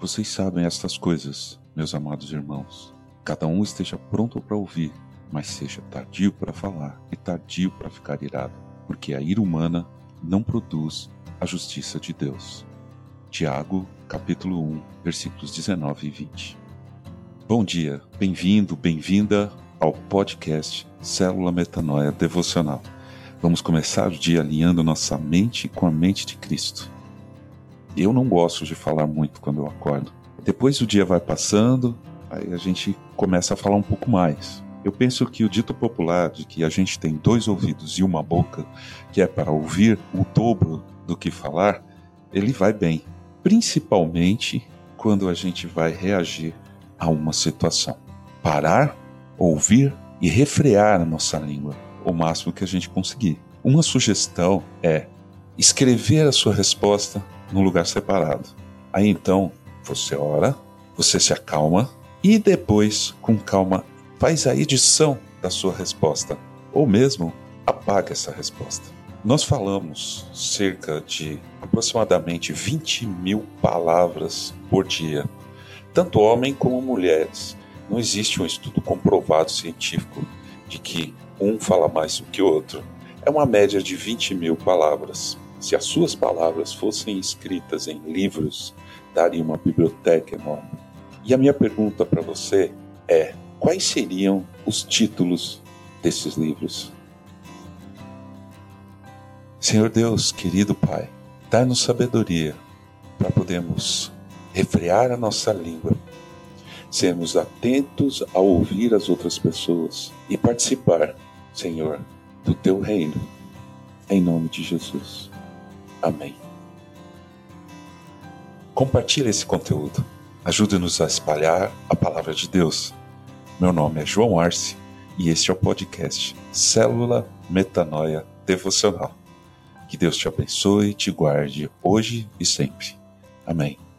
Vocês sabem estas coisas, meus amados irmãos. Cada um esteja pronto para ouvir, mas seja tardio para falar e tardio para ficar irado, porque a ira humana não produz a justiça de Deus. Tiago, capítulo 1, versículos 19 e 20. Bom dia, bem-vindo, bem-vinda ao podcast Célula Metanoia Devocional. Vamos começar o dia alinhando nossa mente com a mente de Cristo. Eu não gosto de falar muito quando eu acordo. Depois o dia vai passando, aí a gente começa a falar um pouco mais. Eu penso que o dito popular de que a gente tem 2 ouvidos e uma boca, que é para ouvir o dobro do que falar, ele vai bem. Principalmente quando a gente vai reagir a uma situação. Parar, ouvir e refrear a nossa língua o máximo que a gente conseguir. Uma sugestão é escrever a sua resposta num lugar separado. Aí então você ora, você se acalma e depois, com calma, faz a edição da sua resposta. Ou mesmo apaga essa resposta. Nós falamos cerca de aproximadamente 20 mil palavras por dia. Tanto homens como mulheres. Não existe um estudo comprovado científico de que um fala mais do que o outro. É uma média de 20 mil palavras. Se as suas palavras fossem escritas em livros, daria uma biblioteca enorme. E a minha pergunta para você é: quais seriam os títulos desses livros? Senhor Deus, querido Pai, dá-nos sabedoria para podermos refrear a nossa língua, sermos atentos a ouvir as outras pessoas e participar, Senhor, do Teu reino. Em nome de Jesus. Amém. Compartilhe esse conteúdo. Ajude-nos a espalhar a palavra de Deus. Meu nome é João Arce e este é o podcast Célula Metanoia Devocional. Que Deus te abençoe e te guarde hoje e sempre. Amém.